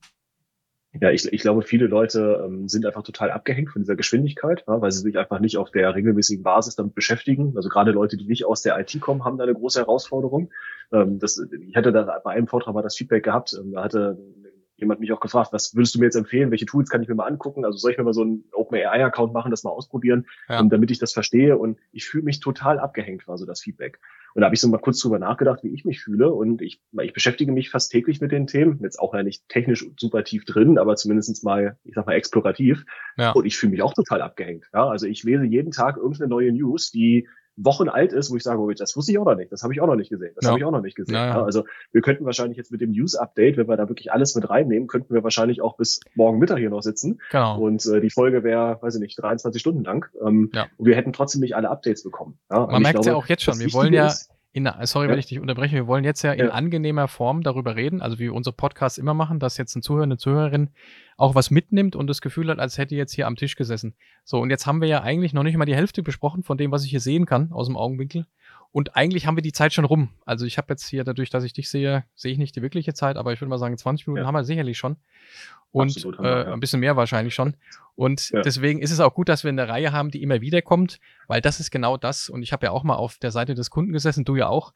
Ja, ich, ich glaube, viele Leute ähm, sind einfach total abgehängt von dieser Geschwindigkeit, ja, weil sie sich einfach nicht auf der regelmäßigen Basis damit beschäftigen. Also gerade Leute, die nicht aus der I T kommen, haben da eine große Herausforderung. Ähm, das, ich hatte da bei einem Vortrag mal das Feedback gehabt, ähm, da hatte jemand mich auch gefragt, was würdest du mir jetzt empfehlen, welche Tools kann ich mir mal angucken? Also soll ich mir mal so einen OpenAI-Account machen, das mal ausprobieren, ja. um, damit ich das verstehe? Und ich fühle mich total abgehängt, war so das Feedback. Und da habe ich so mal kurz drüber nachgedacht, wie ich mich fühle. Und ich, ich beschäftige mich fast täglich mit den Themen. Jetzt auch ja nicht technisch super tief drin, aber zumindest mal, ich sag mal, explorativ. Ja. Und ich fühle mich auch total abgehängt. Ja, also ich lese jeden Tag irgendeine neue News, die Wochen alt ist, wo ich sage, oh, das wusste ich auch noch nicht, das habe ich auch noch nicht gesehen, das ja. habe ich auch noch nicht gesehen. Ja, ja. Also wir könnten wahrscheinlich jetzt mit dem News-Update, wenn wir da wirklich alles mit reinnehmen, könnten wir wahrscheinlich auch bis morgen Mittag hier noch sitzen. Genau. Und äh, die Folge wäre, weiß ich nicht, dreiundzwanzig Stunden lang. Ähm, ja. Und wir hätten trotzdem nicht alle Updates bekommen. Ja, Man merkt es ja auch jetzt schon, wir wollen ja... Ist, In, sorry, ja. wenn ich dich unterbreche. Wir wollen jetzt ja in ja. angenehmer Form darüber reden, also wie wir unsere Podcasts immer machen, dass jetzt ein Zuhörer, eine Zuhörerin auch was mitnimmt und das Gefühl hat, als hätte jetzt hier am Tisch gesessen. So, und jetzt haben wir ja eigentlich noch nicht mal die Hälfte besprochen von dem, was ich hier sehen kann aus dem Augenwinkel. Und eigentlich haben wir die Zeit schon rum. Also ich habe jetzt hier, dadurch, dass ich dich sehe, sehe ich nicht die wirkliche Zeit, aber ich würde mal sagen, zwanzig Minuten ja. haben wir sicherlich schon. Und Absolut, äh, wir, ja. ein bisschen mehr wahrscheinlich schon. Und ja. deswegen ist es auch gut, dass wir eine Reihe haben, die immer wieder kommt, weil das ist genau das. Und ich habe ja auch mal auf der Seite des Kunden gesessen, du ja auch.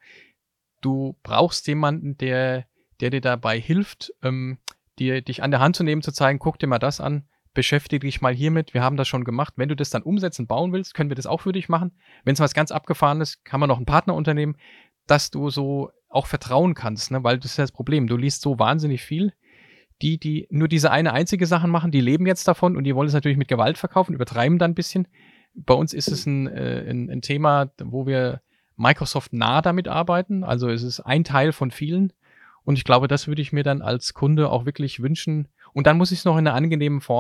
Du brauchst jemanden, der, der dir dabei hilft, ähm, dir, dich an der Hand zu nehmen, zu zeigen, guck dir mal das an, beschäftige dich mal hiermit, wir haben das schon gemacht. Wenn du das dann umsetzen, bauen willst, können wir das auch für dich machen. Wenn es was ganz Abgefahrenes, kann man noch einen Partnerunternehmen, dass du so auch vertrauen kannst, ne? Weil das ist ja das Problem. Du liest so wahnsinnig viel. Die, die nur diese eine einzige Sache machen, die leben jetzt davon und die wollen es natürlich mit Gewalt verkaufen, übertreiben dann ein bisschen. Bei uns ist es ein, äh, ein, ein Thema, wo wir Microsoft nah damit arbeiten. Also es ist ein Teil von vielen. Und ich glaube, das würde ich mir dann als Kunde auch wirklich wünschen. Und dann muss ich es noch in einer angenehmen Form,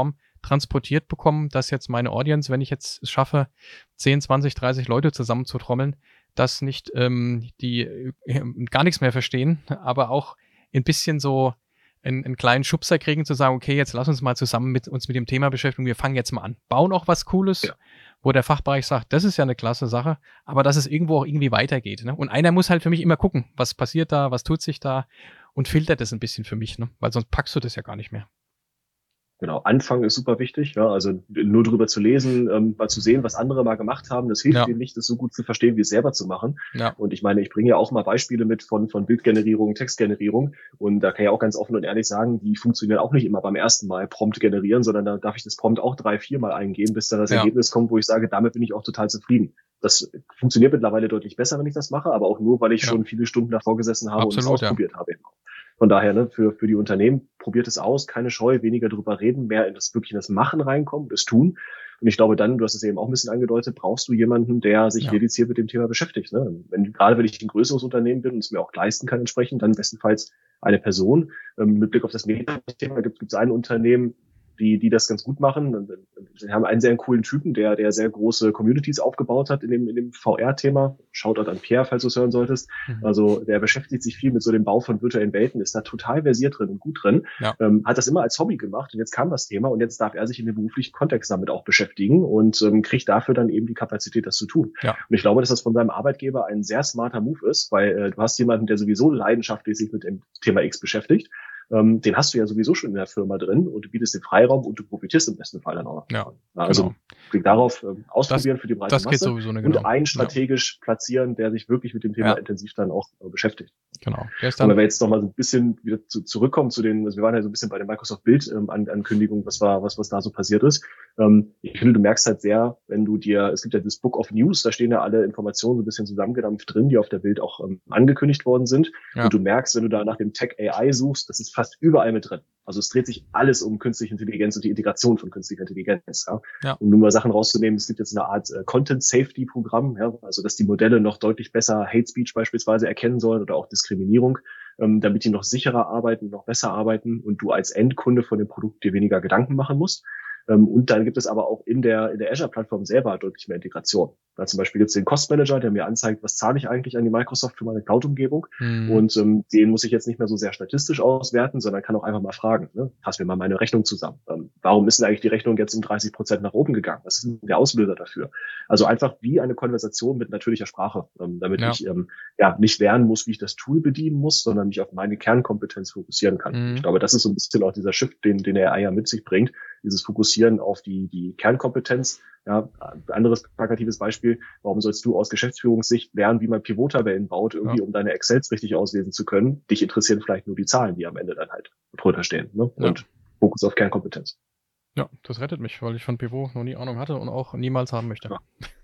transportiert bekommen, dass jetzt meine Audience, wenn ich jetzt es schaffe, zehn, zwanzig, dreißig Leute zusammenzutrommeln, dass nicht ähm, die äh, gar nichts mehr verstehen, aber auch ein bisschen so einen, einen kleinen Schubser kriegen, zu sagen, okay, jetzt lass uns mal zusammen mit uns mit dem Thema beschäftigen, wir fangen jetzt mal an, bauen auch was Cooles, ja. wo der Fachbereich sagt, das ist ja eine klasse Sache, aber dass es irgendwo auch irgendwie weitergeht. Ne? Und einer muss halt für mich immer gucken, was passiert da, was tut sich da und filtert das ein bisschen für mich, ne? Weil sonst packst du das ja gar nicht mehr. Genau, Anfang ist super wichtig, ja, also nur drüber zu lesen, ähm, mal zu sehen, was andere mal gemacht haben, das hilft ja. dir nicht, das so gut zu verstehen, wie es selber zu machen. Ja. Und ich meine, ich bringe ja auch mal Beispiele mit von von Bildgenerierung, Textgenerierung und da kann ich auch ganz offen und ehrlich sagen, die funktionieren auch nicht immer beim ersten Mal Prompt generieren, sondern da darf ich das Prompt auch drei, vier Mal eingeben, bis dann das ja. Ergebnis kommt, wo ich sage, damit bin ich auch total zufrieden. Das funktioniert mittlerweile deutlich besser, wenn ich das mache, aber auch nur, weil ich ja. schon viele Stunden davor gesessen habe Absolut, und es ausprobiert ja. habe. Von daher, ne, für, für die Unternehmen, probiert es aus, keine Scheu, weniger drüber reden, mehr in das wirklich in das Machen reinkommen, das Tun. Und ich glaube dann, du hast es eben auch ein bisschen angedeutet, brauchst du jemanden, der sich ja. dediziert mit dem Thema beschäftigt. Ne? Wenn, gerade wenn ich ein größeres Unternehmen bin und es mir auch leisten kann entsprechend, dann bestenfalls eine Person. Ähm, mit Blick auf das Meta-Thema gibt es ein Unternehmen, die, die das ganz gut machen. Wir haben einen sehr coolen Typen, der, der sehr große Communities aufgebaut hat in dem, in dem V R-Thema. Shoutout an Pierre, falls du es hören solltest. Mhm. Also, der beschäftigt sich viel mit so dem Bau von virtuellen Welten, ist da total versiert drin und gut drin. Ja. Ähm, hat das immer als Hobby gemacht und jetzt kam das Thema und jetzt darf er sich in dem beruflichen Kontext damit auch beschäftigen und ähm, kriegt dafür dann eben die Kapazität, das zu tun. Ja. Und ich glaube, dass das von seinem Arbeitgeber ein sehr smarter Move ist, weil äh, du hast jemanden, der sowieso leidenschaftlich sich mit dem Thema X beschäftigt. Ähm, den hast du ja sowieso schon in der Firma drin und du bietest den Freiraum und du profitierst im besten Fall dann auch noch. Ja, also genau. Klick darauf, ähm, ausprobieren das, für die breite das Masse geht sowieso, ne, genau. und einen strategisch ja. platzieren, der sich wirklich mit dem Thema ja. intensiv dann auch äh, beschäftigt. Genau. Und wenn wir jetzt noch mal so ein bisschen wieder zu, zurückkommen zu den, also wir waren ja so ein bisschen bei der Microsoft Bild ähm, An Ankündigung, was war, was was da so passiert ist. Ähm, ich finde, du merkst halt sehr, wenn du dir, es gibt ja das Book of News, da stehen ja alle Informationen so ein bisschen zusammengedampft drin, die auf der Bild auch ähm, angekündigt worden sind. Ja. Und du merkst, wenn du da nach dem Tech A I suchst, das ist fast überall mit drin. Also es dreht sich alles um künstliche Intelligenz und die Integration von künstlicher Intelligenz. Ja. Ja. Um nur mal Sachen rauszunehmen, es gibt jetzt eine Art äh, Content-Safety-Programm, ja, also dass die Modelle noch deutlich besser Hate Speech beispielsweise erkennen sollen oder auch Diskriminierung, ähm, damit die noch sicherer arbeiten, noch besser arbeiten und du als Endkunde von dem Produkt dir weniger Gedanken machen musst. Ähm, und dann gibt es aber auch in der in der Azure-Plattform selber deutlich mehr Integration. Da zum Beispiel gibt es den Cost Manager, der mir anzeigt, was zahle ich eigentlich an die Microsoft für meine Cloud-Umgebung. Mhm. Und ähm, den muss ich jetzt nicht mehr so sehr statistisch auswerten, sondern kann auch einfach mal fragen, ne? Fass mir mal meine Rechnung zusammen. Ähm, warum ist denn eigentlich die Rechnung jetzt um dreißig Prozent nach oben gegangen? Was ist denn der Auslöser dafür? Also einfach wie eine Konversation mit natürlicher Sprache, ähm, damit ja. ich ähm, ja nicht lernen muss, wie ich das Tool bedienen muss, sondern mich auf meine Kernkompetenz fokussieren kann. Mhm. Ich glaube, das ist so ein bisschen auch dieser Shift, den, den der A I ja mit sich bringt, dieses Fokussieren auf die, die Kernkompetenz. Ja, anderes plakatives Beispiel, warum sollst du aus Geschäftsführungssicht lernen, wie man Pivot-Tabellen baut, irgendwie, ja. um deine Excels richtig auslesen zu können? Dich interessieren vielleicht nur die Zahlen, die am Ende dann halt drunter stehen. Ne? Und ja. Fokus auf Kernkompetenz. Ja, das rettet mich, weil ich von Pivot noch nie Ahnung hatte und auch niemals haben möchte. Ja.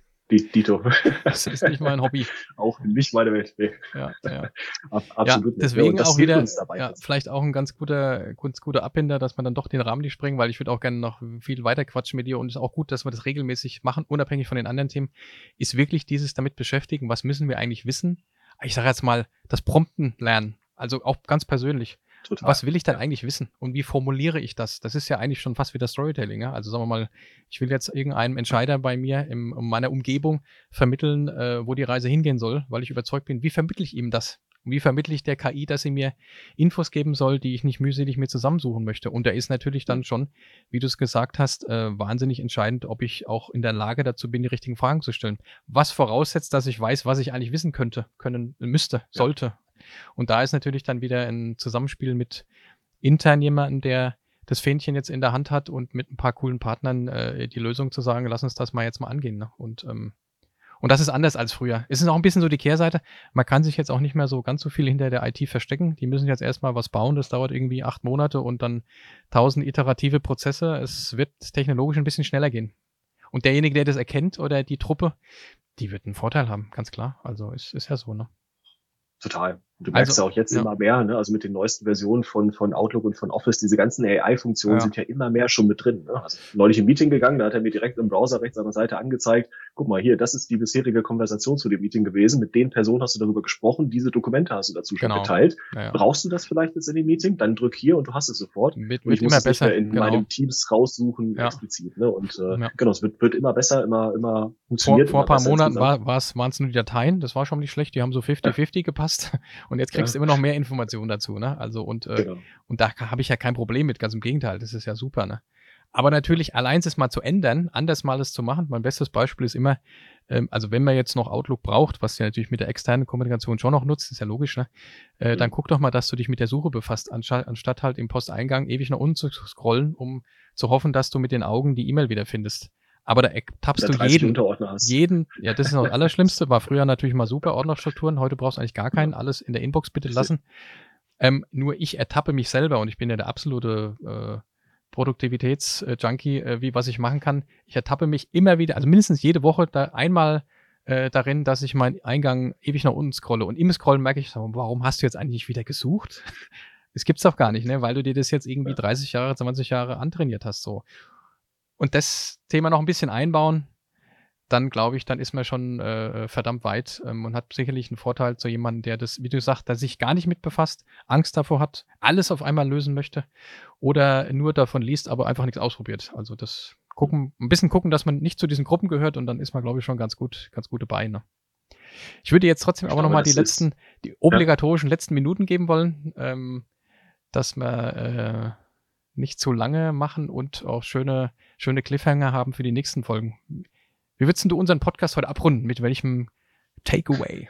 Dito. Das ist nicht mein Hobby. Auch nicht meine Welt. Nee. Ja, ja. Absolut. Ja, deswegen ja, auch wieder, ja, vielleicht auch ein ganz guter, ganz guter Abbinder, dass man dann doch den Rahmen nicht sprengen, weil ich würde auch gerne noch viel weiter quatschen mit dir und es ist auch gut, dass wir das regelmäßig machen, unabhängig von den anderen Themen, ist wirklich dieses damit beschäftigen, was müssen wir eigentlich wissen? Ich sage jetzt mal, das Prompten lernen, also auch ganz persönlich. Total. Was will ich dann ja. eigentlich wissen und wie formuliere ich das? Das ist ja eigentlich schon fast wieder Storytelling. Ja? Also sagen wir mal, ich will jetzt irgendeinem Entscheider bei mir in, in meiner Umgebung vermitteln, äh, wo die Reise hingehen soll, weil ich überzeugt bin, wie vermittle ich ihm das? Und wie vermittle ich der K I, dass sie mir Infos geben soll, die ich nicht mühselig mir zusammensuchen möchte? Und da ist natürlich dann schon, wie du es gesagt hast, äh, wahnsinnig entscheidend, ob ich auch in der Lage dazu bin, die richtigen Fragen zu stellen. Was voraussetzt, dass ich weiß, was ich eigentlich wissen könnte, können, müsste, sollte. Ja. Und da ist natürlich dann wieder ein Zusammenspiel mit intern jemandem, der das Fähnchen jetzt in der Hand hat und mit ein paar coolen Partnern äh, die Lösung zu sagen, lass uns das mal jetzt mal angehen. Ne? Und, ähm, und das ist anders als früher. Es ist auch ein bisschen so die Kehrseite. Man kann sich jetzt auch nicht mehr so ganz so viel hinter der I T verstecken. Die müssen jetzt erstmal was bauen. Das dauert irgendwie acht Monate und dann tausend iterative Prozesse. Es wird technologisch ein bisschen schneller gehen. Und derjenige, der das erkennt oder die Truppe, die wird einen Vorteil haben, ganz klar. Also ist, ist ja so, ne? Total. Du merkst Also, ja auch jetzt ja. immer mehr, ne? Also mit den neuesten Versionen von, von Outlook und von Office, diese ganzen A I-Funktionen Ja. sind ja immer mehr schon mit drin. Ne? Also neulich im Meeting gegangen, da hat er mir direkt im Browser rechts an der Seite angezeigt, guck mal hier, das ist die bisherige Konversation zu dem Meeting gewesen, mit den Personen hast du darüber gesprochen, diese Dokumente hast du dazu schon Genau. geteilt. Ja, ja. Brauchst du das vielleicht jetzt in dem Meeting? Dann drück hier und du hast es sofort. Wird, Und ich wird muss immer es nicht besser. mehr in Genau. meinem Teams raussuchen, Ja. explizit. Ne? Und äh, Ja. genau, es wird, wird immer besser, immer, immer Vor, funktioniert. vor ein immer paar besser Monaten insgesamt. war, waren es nur die Dateien, das war schon nicht schlecht, die haben so fünfzig fünfzig gepasst und jetzt kriegst du Ja. immer noch mehr Informationen dazu, ne? Also und, äh, Genau. und da habe ich ja kein Problem mit, ganz im Gegenteil, das ist ja super, ne? Aber natürlich, allein es mal zu ändern, anders mal es zu machen. Mein bestes Beispiel ist immer, ähm, also wenn man jetzt noch Outlook braucht, was ja natürlich mit der externen Kommunikation schon noch nutzt, ist ja logisch, ne? Äh, dann Mhm. guck doch mal, dass du dich mit der Suche befasst, anstatt, anstatt halt im Posteingang ewig nach unten zu scrollen, um zu hoffen, dass du mit den Augen die E-Mail wiederfindest. Aber da tappst Oder du dreißig jeden, Unterordner hast. jeden, ja, das ist noch das Allerschlimmste, war früher natürlich mal super Ordnerstrukturen, heute brauchst du eigentlich gar keinen, alles in der Inbox bitte Richtig. lassen. Ähm, nur ich ertappe mich selber und ich bin ja der absolute äh, Produktivitäts-Junkie, äh, wie was ich machen kann. Ich ertappe mich immer wieder, also mindestens jede Woche da einmal äh, darin, dass ich meinen Eingang ewig nach unten scrolle. Und im Scrollen merke ich, so, warum hast du jetzt eigentlich wieder gesucht? Das gibt's doch gar nicht, ne? Weil du dir das jetzt irgendwie Ja. dreißig Jahre, zwanzig Jahre antrainiert hast. So. Und das Thema noch ein bisschen einbauen, dann glaube ich, dann ist man schon äh, verdammt weit ähm, und hat sicherlich einen Vorteil zu jemandem, der das, wie du sagst, der sich gar nicht mit befasst, Angst davor hat, alles auf einmal lösen möchte oder nur davon liest, aber einfach nichts ausprobiert. Also das gucken, ein bisschen gucken, dass man nicht zu diesen Gruppen gehört und dann ist man, glaube ich, schon ganz gut, ganz gute Beine. Ich würde jetzt trotzdem Ich aber glaube, nochmal die das ist, letzten, die obligatorischen letzten Minuten geben wollen, ähm, dass wir äh, nicht zu lange machen und auch schöne, schöne Cliffhanger haben für die nächsten Folgen. Wie würdest denn du unseren Podcast heute abrunden? Mit welchem Takeaway?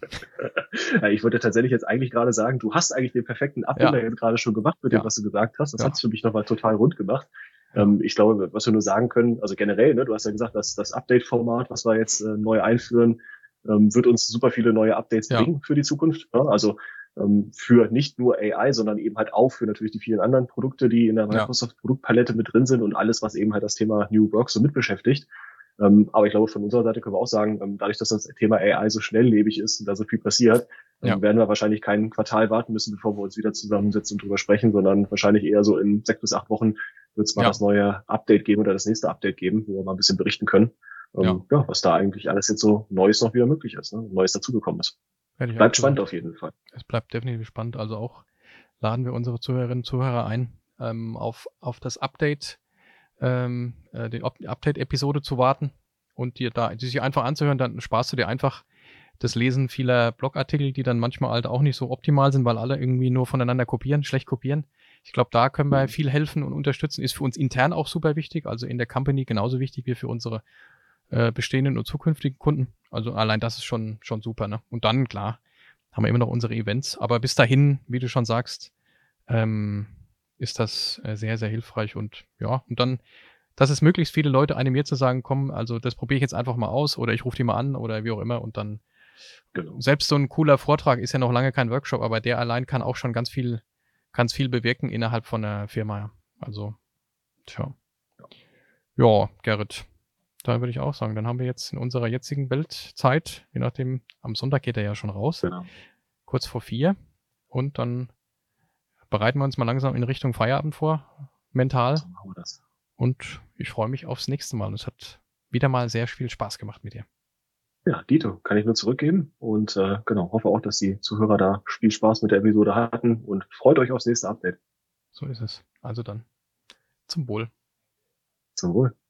Ja, ich wollte tatsächlich jetzt eigentlich gerade sagen, du hast eigentlich den perfekten Abbinder Ja. jetzt gerade schon gemacht mit Ja. dem, was du gesagt hast. Das Ja. hat es für mich nochmal total rund gemacht. Ja. Ähm, ich glaube, was wir nur sagen können, also generell, ne, du hast ja gesagt, dass das Update-Format, was wir jetzt äh, neu einführen, ähm, wird uns super viele neue Updates Ja. bringen für die Zukunft. Ja, also ähm, für nicht nur A I, sondern eben halt auch für natürlich die vielen anderen Produkte, die in der Ja. Microsoft-Produktpalette mit drin sind und alles, was eben halt das Thema New Work so mit beschäftigt. Ähm, aber ich glaube, von unserer Seite können wir auch sagen, ähm, dadurch, dass das Thema A I so schnelllebig ist und da so viel passiert, ähm, Ja. werden wir wahrscheinlich kein Quartal warten müssen, bevor wir uns wieder zusammensetzen und drüber sprechen, sondern wahrscheinlich eher so in sechs bis acht Wochen wird es mal Ja. das neue Update geben oder das nächste Update geben, wo wir mal ein bisschen berichten können, ähm, ja. ja, was da eigentlich alles jetzt so Neues noch wieder möglich ist, ne? Neues dazugekommen ist. Hätte ich auch Bleibt spannend gesagt. auf jeden Fall. Es bleibt definitiv spannend. Also auch laden wir unsere Zuhörerinnen und Zuhörer ein, ähm, auf, auf das Update, ähm, äh, die Up- Update-Episode zu warten und dir da, die sich einfach anzuhören, dann sparst du dir einfach das Lesen vieler Blogartikel, die dann manchmal halt auch nicht so optimal sind, weil alle irgendwie nur voneinander kopieren, schlecht kopieren. Ich glaube, da können wir viel helfen und unterstützen. Ist für uns intern auch super wichtig, also in der Company genauso wichtig wie für unsere äh, bestehenden und zukünftigen Kunden. Also allein das ist schon, schon super, ne? Und dann, klar, haben wir immer noch unsere Events. Aber bis dahin, wie du schon sagst, ähm, ist das äh, sehr, sehr hilfreich und ja, und dann, dass es möglichst viele Leute animiert zu sagen, komm, also das probiere ich jetzt einfach mal aus oder ich rufe die mal an oder wie auch immer und dann Genau. selbst so ein cooler Vortrag ist ja noch lange kein Workshop, aber der allein kann auch schon ganz viel, ganz viel bewirken innerhalb von der Firma. Also, tja. Ja, Gerrit, da würde ich auch sagen, dann haben wir jetzt in unserer jetzigen Weltzeit, je nachdem, am Sonntag geht er ja schon raus, Genau. kurz vor vier und dann bereiten wir uns mal langsam in Richtung Feierabend vor, mental. So machen wir das. Und ich freue mich aufs nächste Mal. Es hat wieder mal sehr viel Spaß gemacht mit dir. Ja, Dito, kann ich nur zurückgeben und äh, genau, hoffe auch, dass die Zuhörer da viel Spaß mit der Episode hatten und freut euch aufs nächste Update. So ist es. Also dann, zum Wohl. Zum Wohl.